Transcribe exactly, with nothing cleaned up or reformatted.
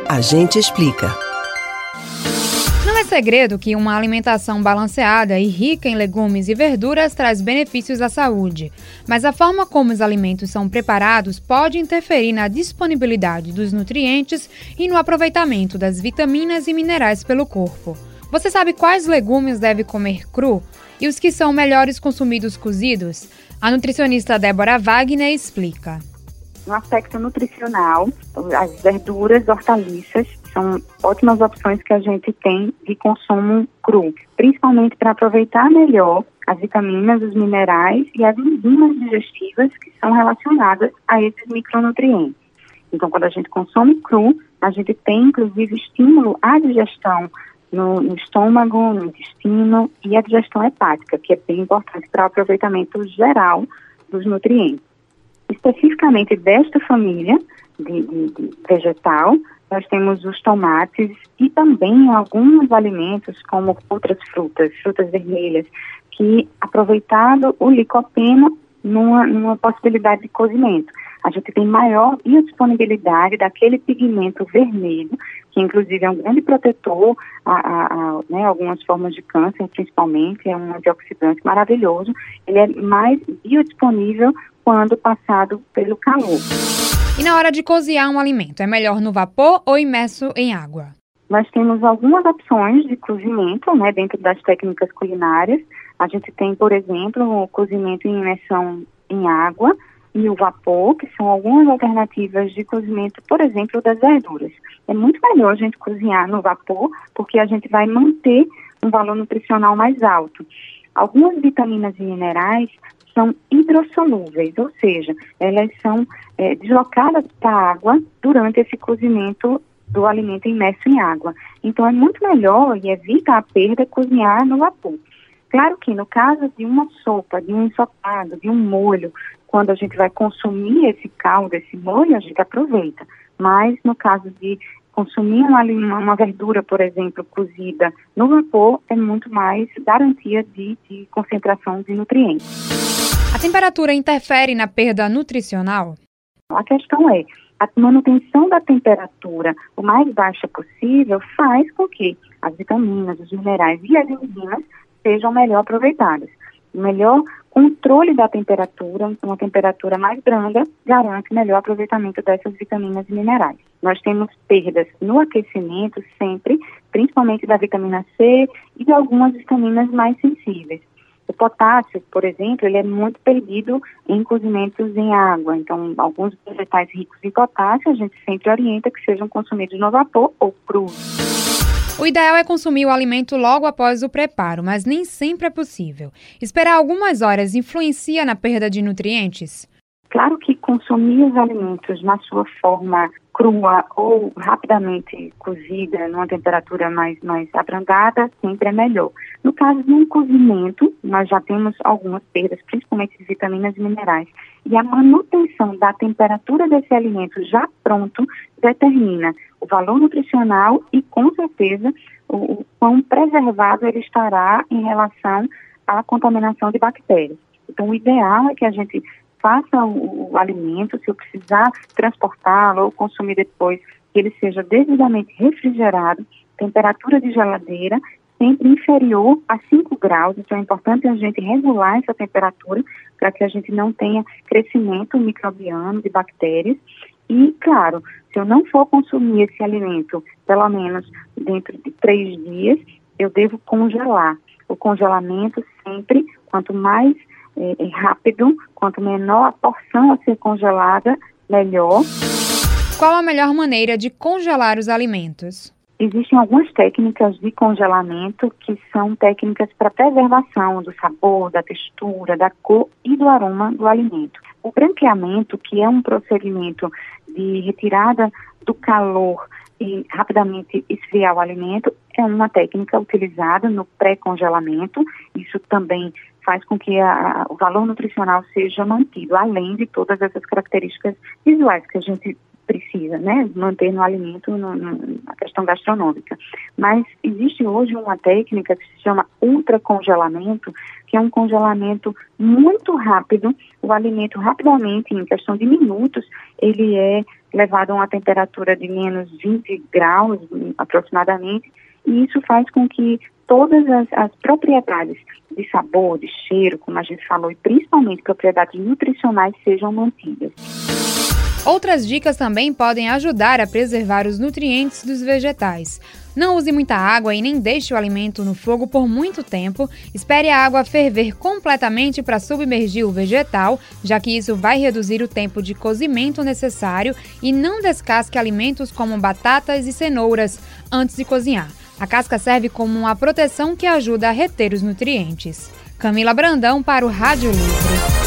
A gente explica. Não é segredo que uma alimentação balanceada e rica em legumes e verduras traz benefícios à saúde, mas a forma como os alimentos são preparados pode interferir na disponibilidade dos nutrientes e no aproveitamento das vitaminas e minerais pelo corpo. Você sabe quais legumes deve comer cru e os que são melhores consumidos cozidos? A nutricionista Débora Wagner explica. No aspecto nutricional, as verduras, hortaliças são ótimas opções que a gente tem de consumo cru, principalmente para aproveitar melhor as vitaminas, os minerais e as enzimas digestivas que são relacionadas a esses micronutrientes. Então, quando a gente consome cru, a gente tem, inclusive, estímulo à digestão no, no estômago, no intestino e a digestão hepática, que é bem importante para o aproveitamento geral dos nutrientes. Especificamente desta família de, de, de vegetal, nós temos os tomates e também alguns alimentos, como outras frutas, frutas vermelhas, que, aproveitado o licopeno numa, numa possibilidade de cozimento, a gente tem maior biodisponibilidade daquele pigmento vermelho, que inclusive é um grande protetor a, a, a né, algumas formas de câncer, principalmente, é um antioxidante maravilhoso. Ele é mais biodisponível quando passado pelo calor. E na hora de cozinhar um alimento, é melhor no vapor ou imerso em água? Nós temos algumas opções de cozimento, né, dentro das técnicas culinárias. A gente tem, por exemplo, o cozimento em imersão em água e o vapor, que são algumas alternativas de cozimento, por exemplo, das verduras. É muito melhor a gente cozinhar no vapor, porque a gente vai manter um valor nutricional mais alto. Algumas vitaminas e minerais são hidrossolúveis, ou seja, elas são é, deslocadas para a água durante esse cozimento do alimento imerso em água. Então, é muito melhor e evita a perda cozinhar no vapor. Claro que no caso de uma sopa, de um ensopado, de um molho, quando a gente vai consumir esse caldo, esse molho, a gente aproveita. Mas no caso de consumir uma, uma verdura, por exemplo, cozida no vapor, é muito mais garantia de, de concentração de nutrientes. A temperatura interfere na perda nutricional? A questão é, a manutenção da temperatura o mais baixa possível faz com que as vitaminas, os minerais e as enzimas sejam melhor aproveitadas. O melhor controle da temperatura, uma temperatura mais branda, garante melhor aproveitamento dessas vitaminas e minerais. Nós temos perdas no aquecimento sempre, principalmente da vitamina C e de algumas vitaminas mais sensíveis. O potássio, por exemplo, ele é muito perdido em cozimentos em água. Então, alguns vegetais ricos em potássio, a gente sempre orienta que sejam consumidos no vapor ou crus. O ideal é consumir o alimento logo após o preparo, mas nem sempre é possível. Esperar algumas horas influencia na perda de nutrientes? Claro que consumir os alimentos na sua forma crua ou rapidamente cozida, numa temperatura mais, mais abrandada, sempre é melhor. No caso de um cozimento, nós já temos algumas perdas, principalmente de vitaminas e minerais. E a manutenção da temperatura desse alimento já pronto determina o valor nutricional e, com certeza, o, o quão preservado ele estará em relação à contaminação de bactérias. Então, o ideal é que a gente faça o, o alimento, se eu precisar transportá-lo ou consumir depois, que ele seja devidamente refrigerado, temperatura de geladeira, sempre inferior a cinco graus. Então é importante a gente regular essa temperatura para que a gente não tenha crescimento microbiano de bactérias. E, claro, se eu não for consumir esse alimento, pelo menos dentro de três dias, eu devo congelar. O congelamento sempre, quanto mais É, é rápido, quanto menor a porção a ser congelada, melhor. Qual a melhor maneira de congelar os alimentos? Existem algumas técnicas de congelamento que são técnicas para preservação do sabor, da textura, da cor e do aroma do alimento. O branqueamento, que é um procedimento de retirada do calor e rapidamente esfriar o alimento, é uma técnica utilizada no pré-congelamento. Isso também faz com que a, a, o valor nutricional seja mantido, além de todas essas características visuais que a gente precisa, né, manter no alimento, no, no, na questão gastronômica. Mas existe hoje uma técnica que se chama ultracongelamento, que é um congelamento muito rápido. O alimento rapidamente, em questão de minutos, ele é levado a uma temperatura de menos vinte graus aproximadamente, e isso faz com que todas as, as propriedades de sabor, de cheiro, como a gente falou, e principalmente propriedades nutricionais sejam mantidas. Outras dicas também podem ajudar a preservar os nutrientes dos vegetais. Não use muita água e nem deixe o alimento no fogo por muito tempo. Espere a água ferver completamente para submergir o vegetal, já que isso vai reduzir o tempo de cozimento necessário, e não descasque alimentos como batatas e cenouras antes de cozinhar. A casca serve como uma proteção que ajuda a reter os nutrientes. Camila Brandão para o Rádio Livre.